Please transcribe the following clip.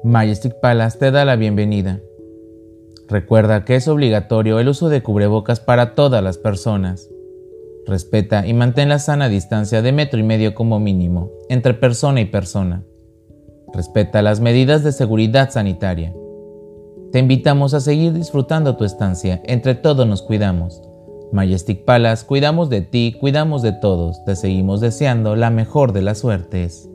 Majestic Palace te da la bienvenida. Recuerda que es obligatorio el uso de cubrebocas para todas las personas. Respeta y mantén la sana distancia de 1,5 metros como mínimo entre persona y persona. Respeta las medidas de seguridad sanitaria. Te invitamos a seguir disfrutando tu estancia. Entre todos nos cuidamos. Majestic Palace, cuidamos de ti, cuidamos de todos. Te seguimos deseando la mejor de las suertes.